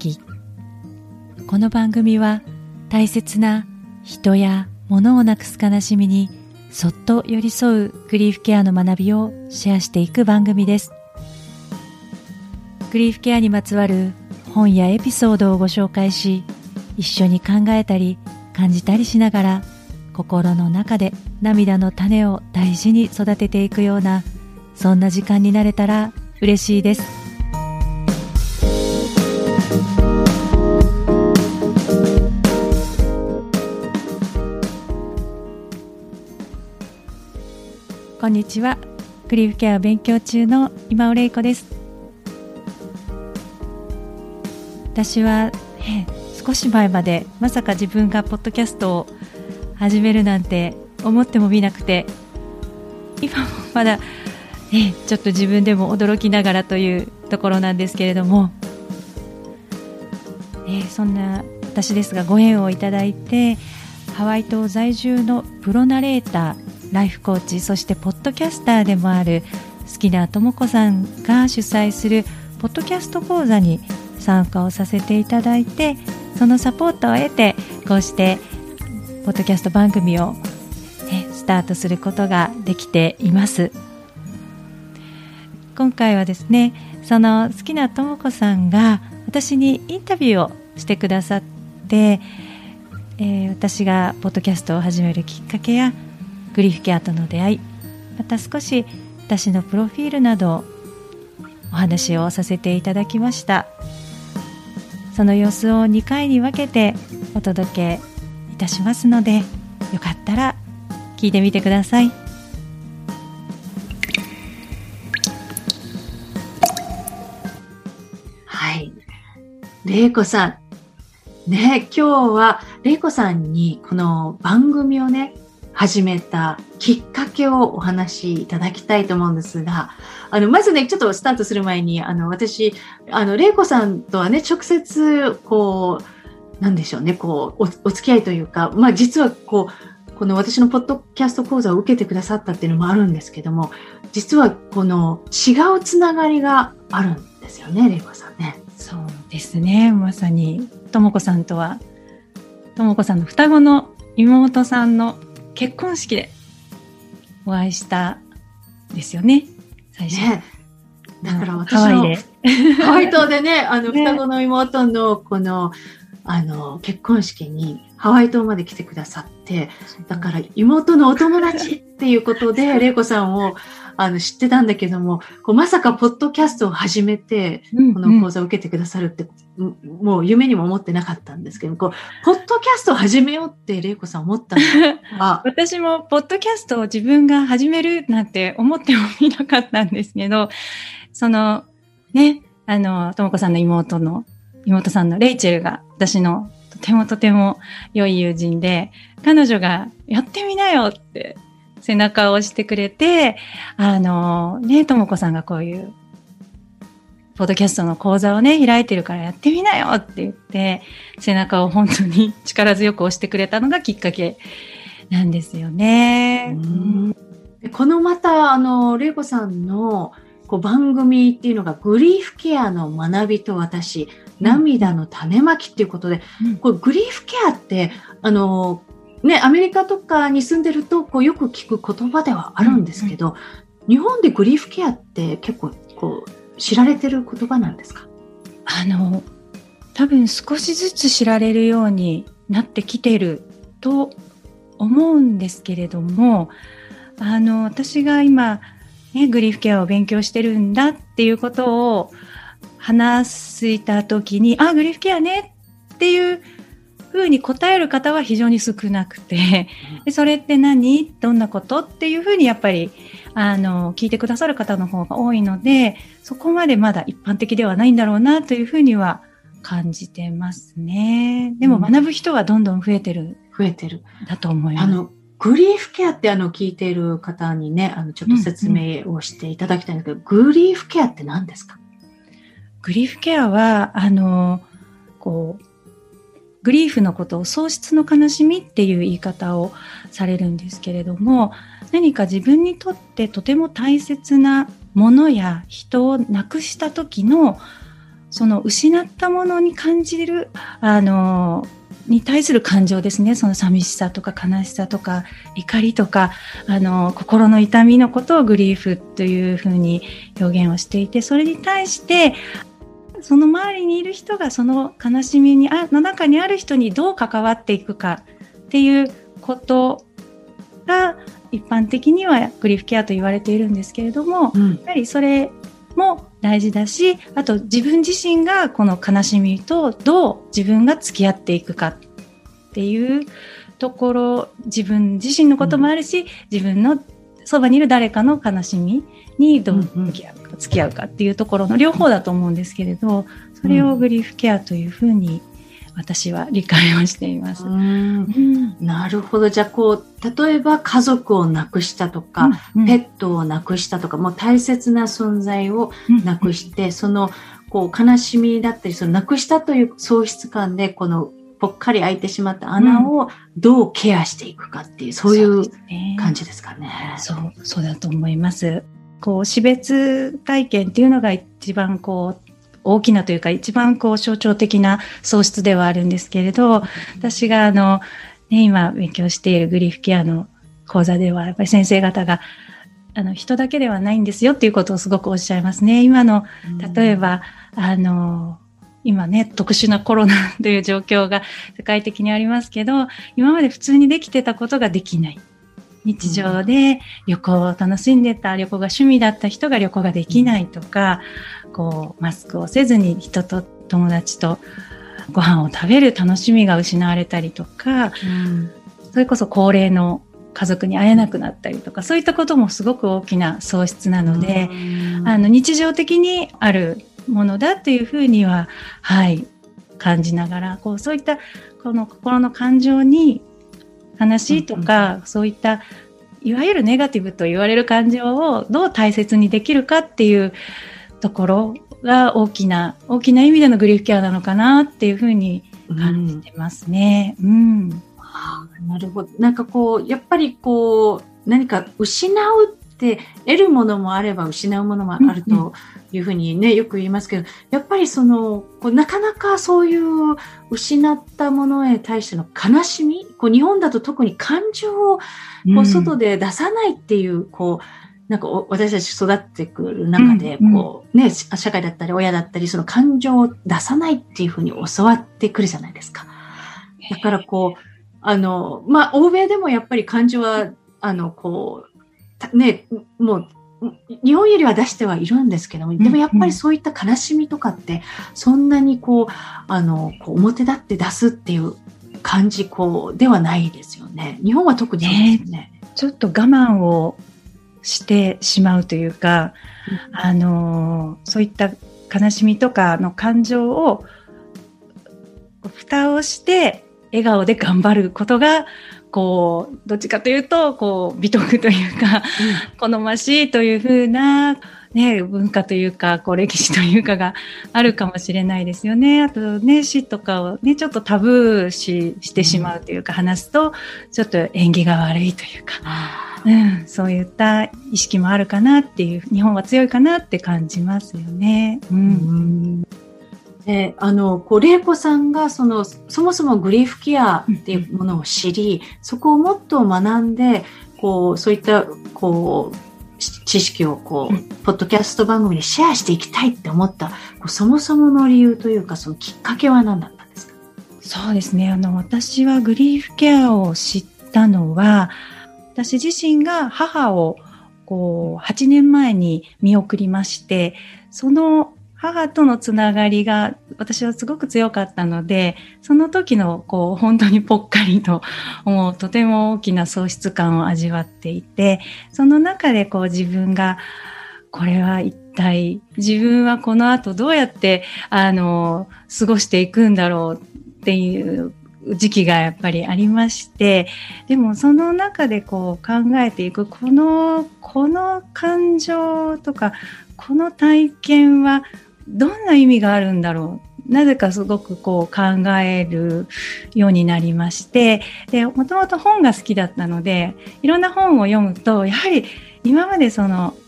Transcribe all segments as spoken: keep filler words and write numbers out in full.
時。この番組は大切な人や物をなくす悲しみにそっと寄り添うグリーフケアの学びをシェアしていく番組です。グリーフケアにまつわる本やエピソードをご紹介し、一緒に考えたり感じたりしながら、心の中で涙の種を大事に育てていくような、そんな時間になれたら嬉しいです。こんにちは。グリーフケア勉強中の今尾玲子です。私は、え少し前までまさか自分がポッドキャストを始めるなんて思ってもみなくて、今もまだ、えちょっと自分でも驚きながらというところなんですけれども、えそんな私ですが、ご縁をいただいて、ハワイ島在住のプロナレーター、ライフコーチ、そしてポッドキャスターでもある好きなともこさんが主催するポッドキャスト講座に参加をさせていただいて、そのサポートを得て、こうしてポッドキャスト番組を、ね、スタートすることができています。今回はですね、その好きなともこさんが私にインタビューをしてくださって、えー、私がポッドキャストを始めるきっかけやグリーフケアとの出会い、また少し私のプロフィールなどお話をさせていただきました。その様子をにかいに分けてお届けいたしますので、よかったら聞いてみてください。 はい、玲子さんね、今日は玲子さんにこの番組をね始めたきっかけをお話しいただきたいと思うんですが、あのまずね、ちょっとスタートする前に、あの私あの玲子さんとはね直接こうなんでしょうね、こう お, お付き合いというか、まあ実はこうこの私のポッドキャスト講座を受けてくださったっていうのもあるんですけども、実はこの違うつながりがあるんですよね、玲子さんね。 そうですね、まさにともこさんとは、ともこさんの双子の妹さんの結婚式でお会いしたんですよね、最初ね。 だから私のハワイでハワイ島でね、あの双子の妹のこのあの結婚式にハワイ島まで来てくださって、だから妹のお友達っていうことで玲子さんをあの知ってたんだけども、こうまさかポッドキャストを始めてこの講座を受けてくださるって、うんうん、もう夢にも思ってなかったんですけど、こうポッドキャストを始めようって玲子さん思ったのは私もポッドキャストを自分が始めるなんて思ってもみなかったんですけど、そのね、あのともこさんの妹の妹さんのレイチェルが私のとてもとても良い友人で、彼女がやってみなよって背中を押してくれて、あのね、ともこさんがこういうポッドキャストの講座をね開いてるからやってみなよって言って背中を本当に力強く押してくれたのがきっかけなんですよね。 うん、でこのまたあの玲子さんのこう番組っていうのがグリーフケアの学びと私、涙の種まきっていうことで、うん、これグリーフケアってあのね、アメリカとかに住んでるとこうよく聞く言葉ではあるんですけど、うんうん、日本でグリーフケアって結構こう知られてる言葉なんですか？ あの多分少しずつ知られるようになってきていると思うんですけれども、あの私が今ね、グリーフケアを勉強してるんだっていうことを話したときに、あ、グリーフケアねっていうふうに答える方は非常に少なくて、でそれって何？どんなことっていうふうにやっぱりあの聞いてくださる方の方が多いので、そこまでまだ一般的ではないんだろうなというふうには感じてますね。でも学ぶ人はどんどん増えてる。 増えてる。 だと思います。 あのグリーフケアってあの聞いている方にね、あのちょっと説明をしていただきたいんですけど、うんうん、グリーフケアって何ですか？ グリーフケアはあのこうグリーフのことを喪失の悲しみっていう言い方をされるんですけれども、何か自分にとってとても大切なものや人を亡くした時のその失ったものに感じるあのに対する感情ですね。その寂しさとか悲しさとか怒りとかあの心の痛みのことをグリーフというふうに表現をしていて、それに対してその周りにいる人がその悲しみにあの中にある人にどう関わっていくかっていうことが一般的にはグリーフケアと言われているんですけれども、うん、やはりそれも大事だし、あと自分自身がこの悲しみとどう自分が付き合っていくかっていうところ、自分自身のこともあるし、うん、自分のそばにいる誰かの悲しみにどう向き合うか、うんうん、付き合うかっていうところの両方だと思うんですけれど、それをグリーフケアというふうに私は理解をしています。 うんうん、なるほど。じゃあこう例えば家族を亡くしたとか、うんうん、ペットを亡くしたとか、もう大切な存在を亡くして、うんうん、そのこう悲しみだったり、その亡くしたという喪失感でこのぽっかり開いてしまった穴をどうケアしていくかっていう、うん、そういう感じですかね。 そう、そうだと思います。こう死別体験っていうのが一番こう大きなというか一番こう象徴的な喪失ではあるんですけれど、私があの、ね、今勉強しているグリーフケアの講座ではやっぱり先生方があの人だけではないんですよっていうことをすごくおっしゃいますね。今の例えば、うん、あの今ね特殊なコロナという状況が世界的にありますけど、今まで普通にできてたことができない。日常で旅行を楽しんでた、旅行が趣味だった人が旅行ができないとか、こうマスクをせずに人と友達とご飯を食べる楽しみが失われたりとか、うん、それこそ高齢の家族に会えなくなったりとか、そういったこともすごく大きな喪失なので、うん、あの日常的にあるものだというふうには、はい、感じながら、こうそういったこの心の感情に悲しいとか、うん、そういったいわゆるネガティブと言われる感情をどう大切にできるかっていうところが大きな大きな意味でのグリーフケアなのかなっていうふうに感じてますね。うん。 はあ、なるほど。なんかこうやっぱりこう何か失うって得るものもあれば失うものもあるというふうにね、うんうん、よく言いますけど、やっぱりそのこうなかなかそういう失ったものへ対しての悲しみ、こう日本だと特に感情をこう外で出さないっていう、うん、こうなんか私たち育ってくる中でこう、うんうん、ね、社会だったり親だったりその感情を出さないっていうふうに教わってくるじゃないですか。だからこうあのまあ欧米でもやっぱり感情はあのこうね、もう日本よりは出してはいるんですけども、でもやっぱりそういった悲しみとかってそんなにこうあのこう表立って出すっていう感じこうではないですよね。日本は特にそうですよね。 ね、ちょっと我慢をしてしまうというか、うん、あのそういった悲しみとかの感情を蓋をして笑顔で頑張ることがこうどっちかというとこう美徳というか、うん、好ましいというふうな、ね、文化というかこう歴史というかがあるかもしれないですよね。あとね死とかをねちょっとタブー視してしまうというか、うん、話すとちょっと縁起が悪いというか、うん、そういった意識もあるかなっていう、日本は強いかなって感じますよね。うんうんで、あの、こう、玲子さんが、その、そもそもグリーフケアっていうものを知り、うん、そこをもっと学んで、こう、そういった、こう、知識を、こう、うん、ポッドキャスト番組でシェアしていきたいって思った、こうそもそもの理由というか、そのきっかけは何だったんですか？ そうですね。あの、私はグリーフケアを知ったのは、私自身が母を、こう、はちねんまえに見送りまして、その、母とのつながりが私はすごく強かったので、その時のこう本当にぽっかりともうとても大きな喪失感を味わっていて、その中でこう自分がこれは一体自分はこの後どうやってあの過ごしていくんだろうっていう時期がやっぱりありまして、でもその中でこう考えていくこのこの感情とかこの体験はどんな意味があるんだろう、なぜかすごくこう考えるようになりまして、でもともと本が好きだったのでいろんな本を読むとやはり今までその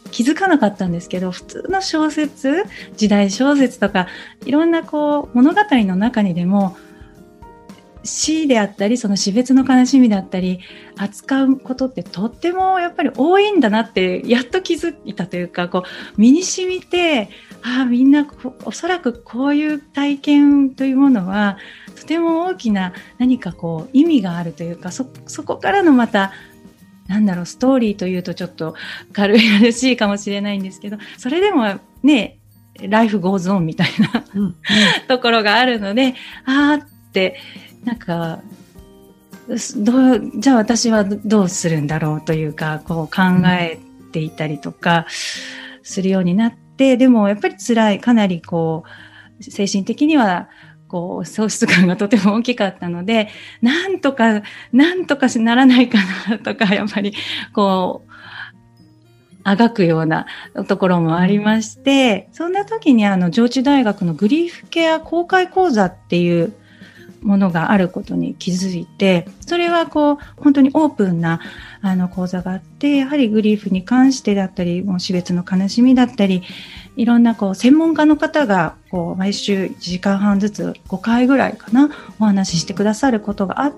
気づかなかったんですけど、普通の小説、時代小説とかいろんなこう物語の中にでも死であったり、その死別の悲しみだったり扱うことってとってもやっぱり多いんだなってやっと気づいたというか、こう身に染みて、ああみんなおそらくこういう体験というものはとても大きな何かこう意味があるというか、 そ, そこからのまたなんだろう、ストーリーというとちょっと軽々しいかもしれないんですけど、それでもね、ライフゴーズオンみたいな、うん、ところがあるので、あーってなんかどうじゃあ私はどうするんだろうというか、こう考えていたりとかするようになって、うん、でもやっぱり辛い、かなりこう精神的にはこう喪失感がとても大きかったので、なんとかなんとかしならないかなとか、やっぱりこうあがくようなところもありまして、うん、そんな時にあの上智大学のグリーフケア公開講座っていうものがあることに気づいて、それはこう本当にオープンなあの講座があって、やはりグリーフに関してだったり、もう死別の悲しみだったり、いろんなこう専門家の方がこう毎週いちじかんはんずつごかいぐらいかなお話ししてくださることがあって、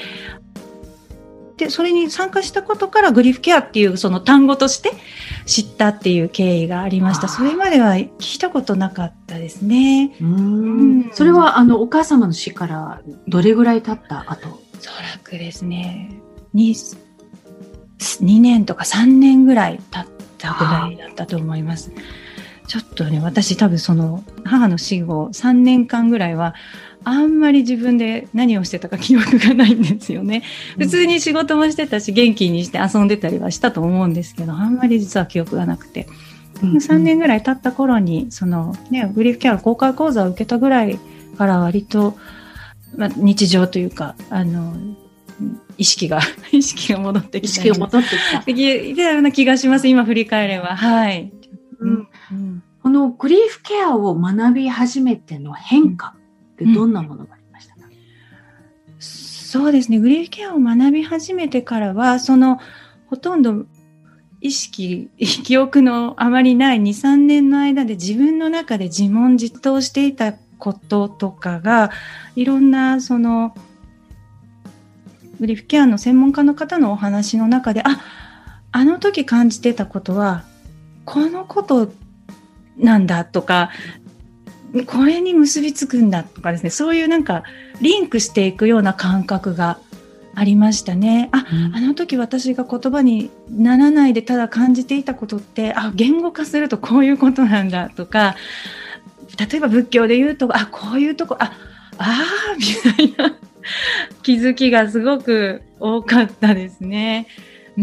でそれに参加したことからグリーフケアっていうその単語として知ったっていう経緯がありました。それまでは聞いたことなかったですね。 うーん、うん、それはあのお母様の死からどれぐらい経った後？ おそらくですね 2, にねんとかさんねんぐらい経ったぐらいだったと思います。ちょっとね、私多分その母の死後さんねんかんぐらいはあんまり自分で何をしてたか記憶がないんですよね。普通に仕事もしてたし、元気にして遊んでたりはしたと思うんですけど、あんまり実は記憶がなくて、うんうん、さんねんぐらい経った頃にその、ね、グリーフケアの公開講座を受けたぐらいから割と、まあ、日常というかあの意識が意識が戻ってきた意識が戻ってきたみたいな気がします、今振り返れば。はい、 うんうん、このグリーフケアを学び始めての変化、うん、どんなものがありましたか？うん、 そうですね、グリーフケアを学び始めてからは、そのほとんど意識記憶のあまりない にさんねんの間で自分の中で自問自答していたこととかが、いろんなそのグリーフケアの専門家の方のお話の中で、あ、あの時感じてたことはこのことなんだとか、これに結びつくんだとかですね、そういうなんかリンクしていくような感覚がありましたね。あ、うん、あの時私が言葉にならないでただ感じていたことって、あ、言語化するとこういうことなんだとか、例えば仏教で言うと、あ、こういうとこ、あ、あーみたいな気づきがすごく多かったですね。うん、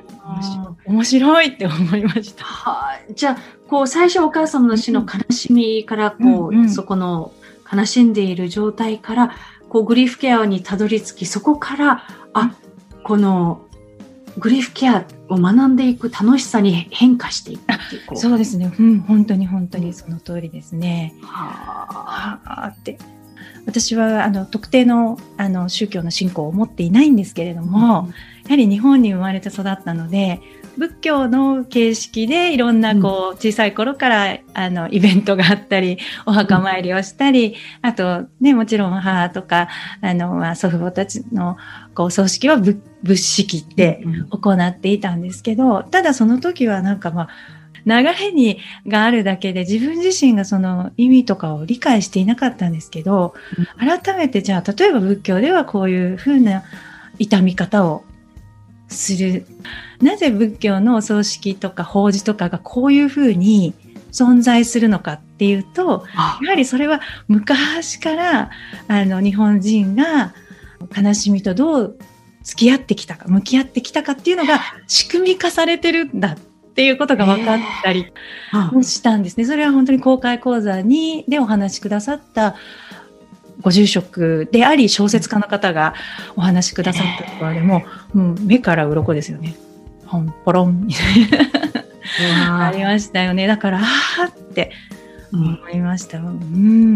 面白いって思いました。 はあ、じゃあこう最初お母様の死の悲しみからこう、うんうん、そこの悲しんでいる状態からこうグリーフケアにたどり着き、そこからあこのグリーフケアを学んでいく楽しさに変化していくっていう。 そうですね、うん、本当に本当にその通りですね。はあって私はあの特定 の, あの宗教の信仰を持っていないんですけれども、うん、やはり日本に生まれて育ったので、仏教の形式でいろんなこう小さい頃からあのイベントがあったり、お墓参りをしたり、あとね、もちろん母とかあの、まあ、祖父母たちのこう葬式は 仏, 仏式で行っていたんですけど、ただその時はなんかまあ流れにがあるだけで自分自身がその意味とかを理解していなかったんですけど、改めてじゃあ例えば仏教ではこういう風な悼み方をする、なぜ仏教のお葬式とか法事とかがこういう風に存在するのかっていうと、やはりそれは昔からあの日本人が悲しみとどう付き合ってきたか、向き合ってきたかっていうのが仕組み化されてるんだっていうことが分かったりもしたんですね。それは本当に公開講座にでお話しくださったご住職であり小説家の方がお話しくださったところでも、もう目から鱗ですよね。ポンポロンみたいなありましたよね。だからあーって思いました。うん、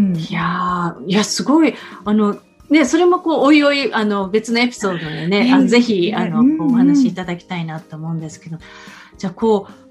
いやいやすごいあのね、それもこうおいおいあの別のエピソードでね、えー、あぜひあの、うんうん、お話しいただきたいなと思うんですけど、じゃあこう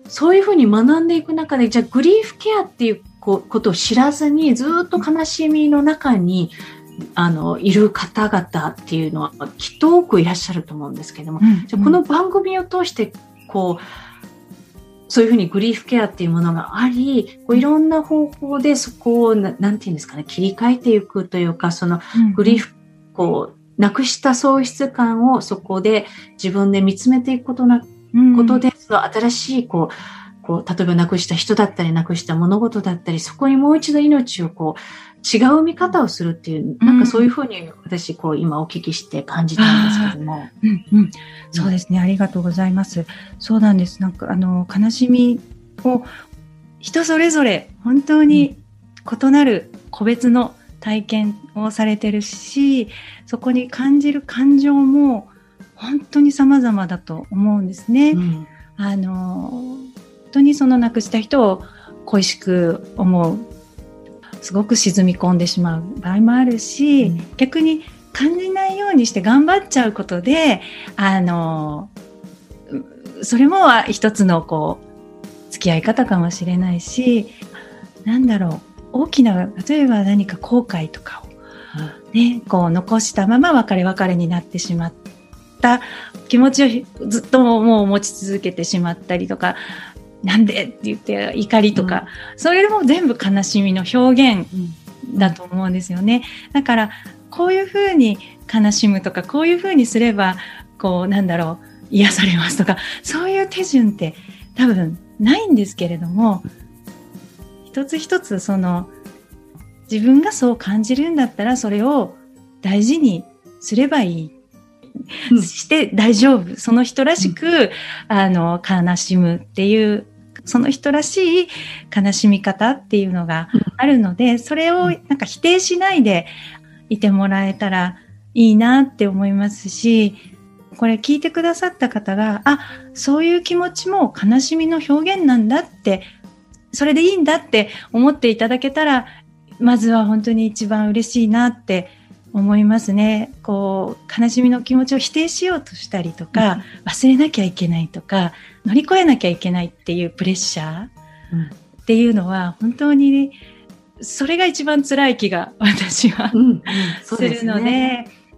そういうふうに学んでいく中で、じゃあグリーフケアっていうことを知らずにずっと悲しみの中にあのいる方々っていうのはきっと多くいらっしゃると思うんですけども、うんうん、じゃあこの番組を通してこうそういうふうにグリーフケアっていうものがあり、こういろんな方法でそこをな、なんていうんですかね、切り替えていくというか、そのグリーフ、こう、なくした喪失感をそこで自分で見つめていくことな、ことで、その新しい、こう、こう、例えばなくした人だったり、なくした物事だったり、そこにもう一度命をこう、違う見方をするっていう、なんかそういうふうに私、こう、今お聞きして感じたんですけども。 うんうん、そうですね、ありがとうございます。そうなんです。なんか、あの、悲しみを人それぞれ本当に異なる個別の体験をされてるし、そこに感じる感情も本当に様々だと思うんですね。うん、あの、本当にその亡くした人を恋しく思う。すごく沈み込んでしまう場合もあるし、うん、逆に感じないようにして頑張っちゃうことで、あの、それも一つのこう、付き合い方かもしれないし、なんだろう、大きな、例えば何か後悔とかをね、こう残したまま別れ別れになってしまった気持ちをずっともう持ち続けてしまったりとか、なんでって言って怒りとか、うん、それも全部悲しみの表現だと思うんですよね。だからこういうふうに悲しむとか、こういうふうにすればこうなんだろう癒されますとか、そういう手順って多分ないんですけれども、一つ一つその自分がそう感じるんだったらそれを大事にすればいい。うん、して大丈夫。その人らしく、うん、あの悲しむっていうその人らしい悲しみ方っていうのがあるので、うん、それをなんか否定しないでいてもらえたらいいなって思いますし、これ聞いてくださった方が、あ、そういう気持ちも悲しみの表現なんだって、それでいいんだって思っていただけたら、まずは本当に一番嬉しいなって思いますね。こう悲しみの気持ちを否定しようとしたりとか、うん、忘れなきゃいけないとか乗り越えなきゃいけないっていうプレッシャーっていうのは本当にそれが一番辛い気が私は、うんうん、するので、ね、うん、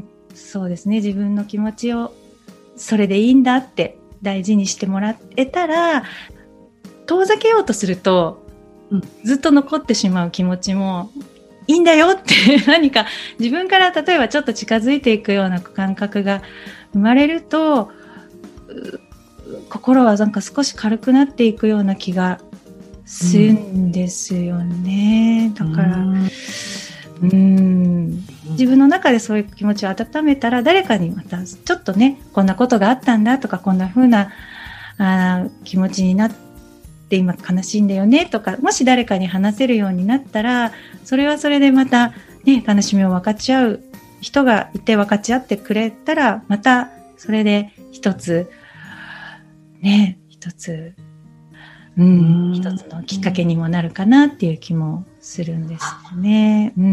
そうですね。自分の気持ちをそれでいいんだって大事にしてもらえたら、遠ざけようとすると、うん、ずっと残ってしまう気持ちもいいんだよって何か自分から例えばちょっと近づいていくような感覚が生まれると、心はなんか少し軽くなっていくような気がするんですよね。うん、だから、うーん、自分の中でそういう気持ちを温めたら、誰かにまたちょっとね、こんなことがあったんだとか、こんな風なあ気持ちになってで今悲しいんだよねとか、もし誰かに話せるようになったら、それはそれでまたね、悲しみを分かち合う人がいて分かち合ってくれたら、またそれで一つね、一つうん、一つのきっかけにもなるかなっていう気もするんですね。うん。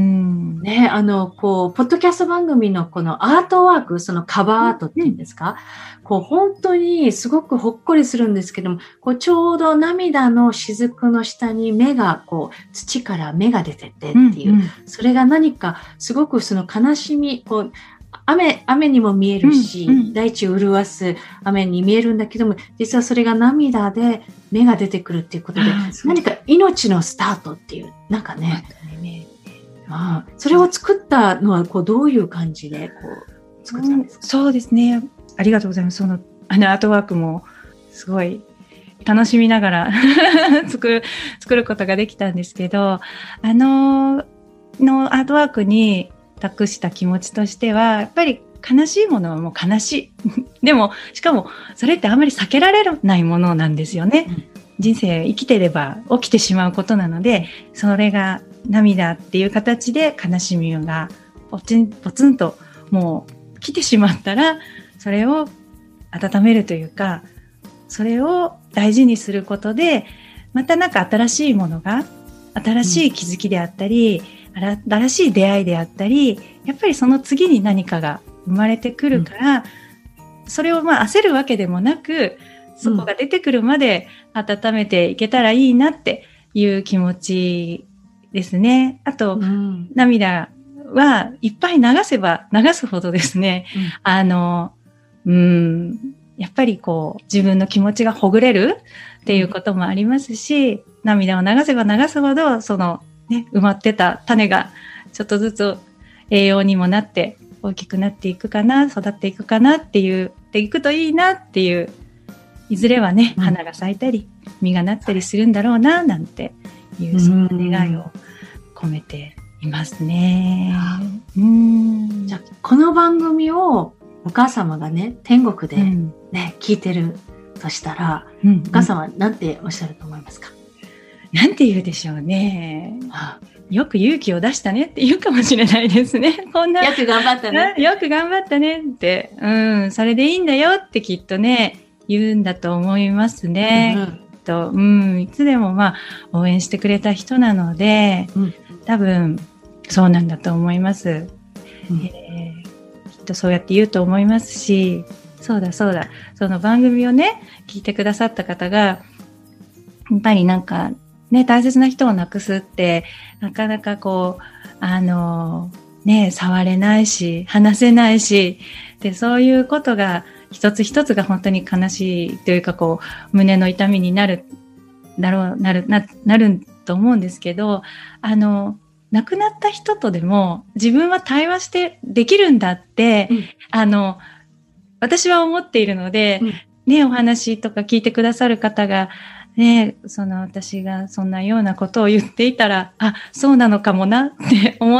ね、あの、こう、ポッドキャスト番組のこのアートワーク、そのカバーアートっていうんですか、うん、こう、本当にすごくほっこりするんですけども、こう、ちょうど涙の雫の下に目が、こう、土から芽が出ててっていう、うんうん、それが何かすごくその悲しみ、こう、雨、雨にも見えるし、うんうん、大地を潤す雨に見えるんだけども、実はそれが涙で芽が出てくるっていうことで、何か命のスタートっていう、なんかね、ああ、それを作ったのはこうどういう感じでこう作ったんですか？ うん、そうですね。ありがとうございます。その、あのアートワークもすごい楽しみながら作る、作ることができたんですけど、あの、のアートワークに託した気持ちとしては、やっぱり悲しいものはもう悲しい。でも、しかもそれってあんまり避けられないものなんですよね。うん、人生生きてれば起きてしまうことなので、それが涙っていう形で悲しみがポツンポツンともう来てしまったら、それを温めるというか、それを大事にすることで、またなんか新しいものが、新しい気づきであったり、うん、新しい出会いであったり、やっぱりその次に何かが生まれてくるから、うん、それをまあ焦るわけでもなく、 そこが出てくるまで温めていけたらいいなっていう気持ちですね。あと、うん、涙はいっぱい流せば流すほどですね、うん、あの、うん、やっぱりこう自分の気持ちがほぐれるっていうこともありますし、涙を流せば流すほどそのね、埋まってた種がちょっとずつ栄養にもなって大きくなっていくかな、育っていくかなっていう、でいくといいなっていう、いずれはね、花が咲いたり実がなったりするんだろうななんていう、そんな願いを込めていますね。 うん、じゃあこの番組をお母様がね、天国でね、うん、聞いてるとしたら、うんうん、お母様は何ておっしゃると思いますか？ なんて言うでしょうね。はあ、よく勇気を出したねって言うかもしれないですね。こんな。 よく頑張ったね。 よく頑張ったねって。うん、それでいいんだよってきっとね、言うんだと思いますね。うんうん、きっと、うん、いつでもまあ、応援してくれた人なので、うん、多分、そうなんだと思います。うんえー、きっとそうやって言うと思いますし、そうだそうだ、その番組をね、聞いてくださった方が、やっぱりなんか、ね、大切な人を亡くすって、なかなかこう、あの、ね、触れないし、話せないし、で、そういうことが、一つ一つが本当に悲しいというか、こう、胸の痛みになる、だろう、なる、な、なると思うんですけど、あの、亡くなった人とでも、自分は対話してできるんだって、うん、あの、私は思っているので、うん、ね、お話とか聞いてくださる方が、ね、その私がそんなようなことを言っていたら、あ、そうなのかもなって思って、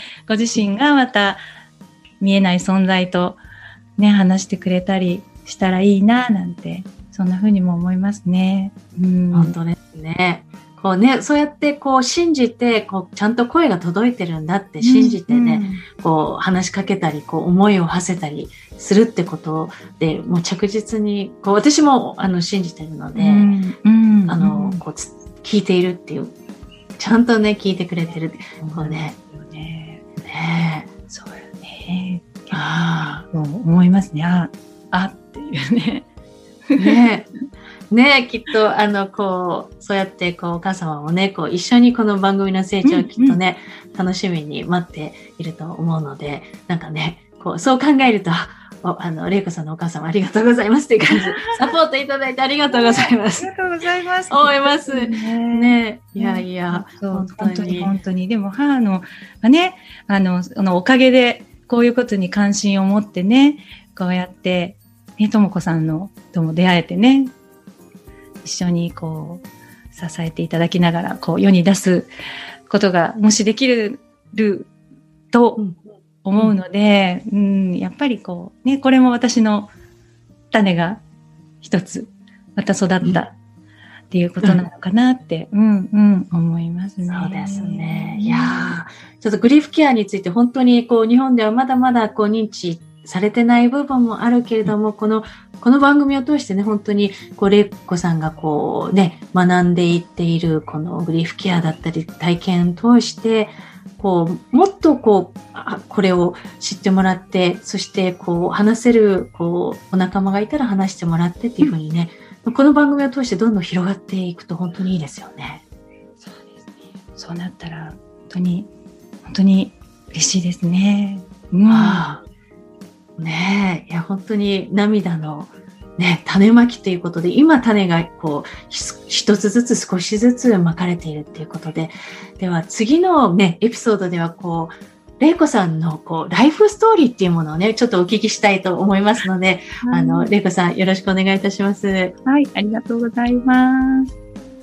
ご自身がまた見えない存在とね、話してくれたりしたらいいな、なんて、そんな風にも思いますね。 うん、本当ですね。こうね、そうやってこう信じて、こうちゃんと声が届いてるんだって信じてね、うんうん、こう話しかけたり、こう思いを馳せたりするってことで、もう着実に、こう私もあの信じてるので、うんうん、あの、こう聞いているっていう、ちゃんとね、聞いてくれてる。こうね。ねねそうよね。ああ。思いますね。あ、あっていうね。 ねねきっと、あの、こう、そうやって、こう、お母様もね、こう、一緒にこの番組の成長をきっとね、うんうん、楽しみに待っていると思うので、なんかね、こう、そう考えると、あの、玲子さんのお母様ありがとうございますっていう感じで、サポートいただいてありがとうございます。 ありがとうございます。 思います。ね, ねいやいや、 本当に。本当に、本当に。でも、母の、がね、あの、あの、おかげで、こういうことに関心を持ってね、こうやって、ね、ともこさんのとも出会えてね、一緒にこう、支えていただきながら、こう、世に出すことが、もしできると思うので、うん、うん、やっぱりこう、ね、これも私の種が一つ、また育ったっていうことなのかなって、うん、うん、うん、思いますね。 そうですね。いやー、ちょっとグリーフケアについて本当にこう、日本ではまだまだこう、認知されてない部分もあるけれども、この、この番組を通してね、本当に、こう、玲子さんがこうね、学んでいっている、このグリーフケアだったり、体験を通して、こう、もっとこう、あ、これを知ってもらって、そしてこう、話せる、こう、お仲間がいたら話してもらってっていうふうにね、うん、この番組を通してどんどん広がっていくと本当にいいですよね。 そうですね。そうなったら、本当に、本当に嬉しいですね。うん。ああねえ、いや本当に涙のね、種まきということで、今種がこう、一つずつ少しずつまかれているっていうことで、では次のね、エピソードではこう、玲子さんのこう、ライフストーリーっていうものをね、ちょっとお聞きしたいと思いますので、はい、あの、玲子さんよろしくお願いいたします。 はい、ありがとうございます。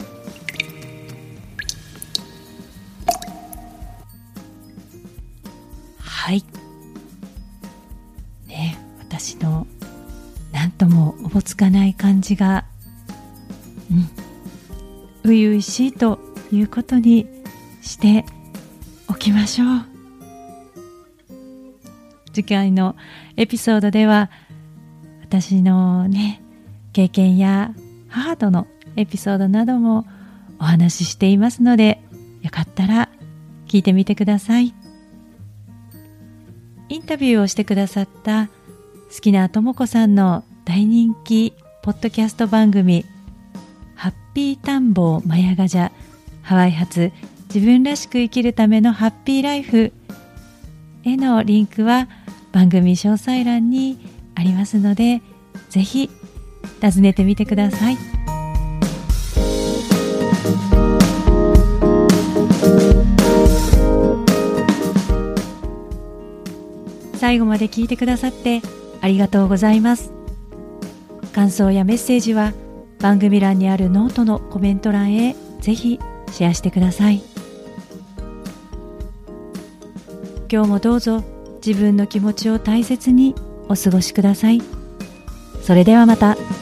はい。ね、私のなんともおぼつかない感じが、うん、初々しいということにしておきましょう。次回のエピソードでは私のね、経験や母とのエピソードなどもお話ししていますので、よかったら聞いてみてください。インタビューをしてくださった好きなともこさんの大人気ポッドキャスト番組ハッピータンボーマヤガジャハワイ発自分らしく生きるためのハッピーライフへのリンクは番組詳細欄にありますので、ぜひ訪ねてみてください。最後まで聞いてくださってありがとうございます。感想やメッセージは番組欄にあるノートのコメント欄へぜひシェアしてください。今日もどうぞ自分の気持ちを大切にお過ごしください。それではまた。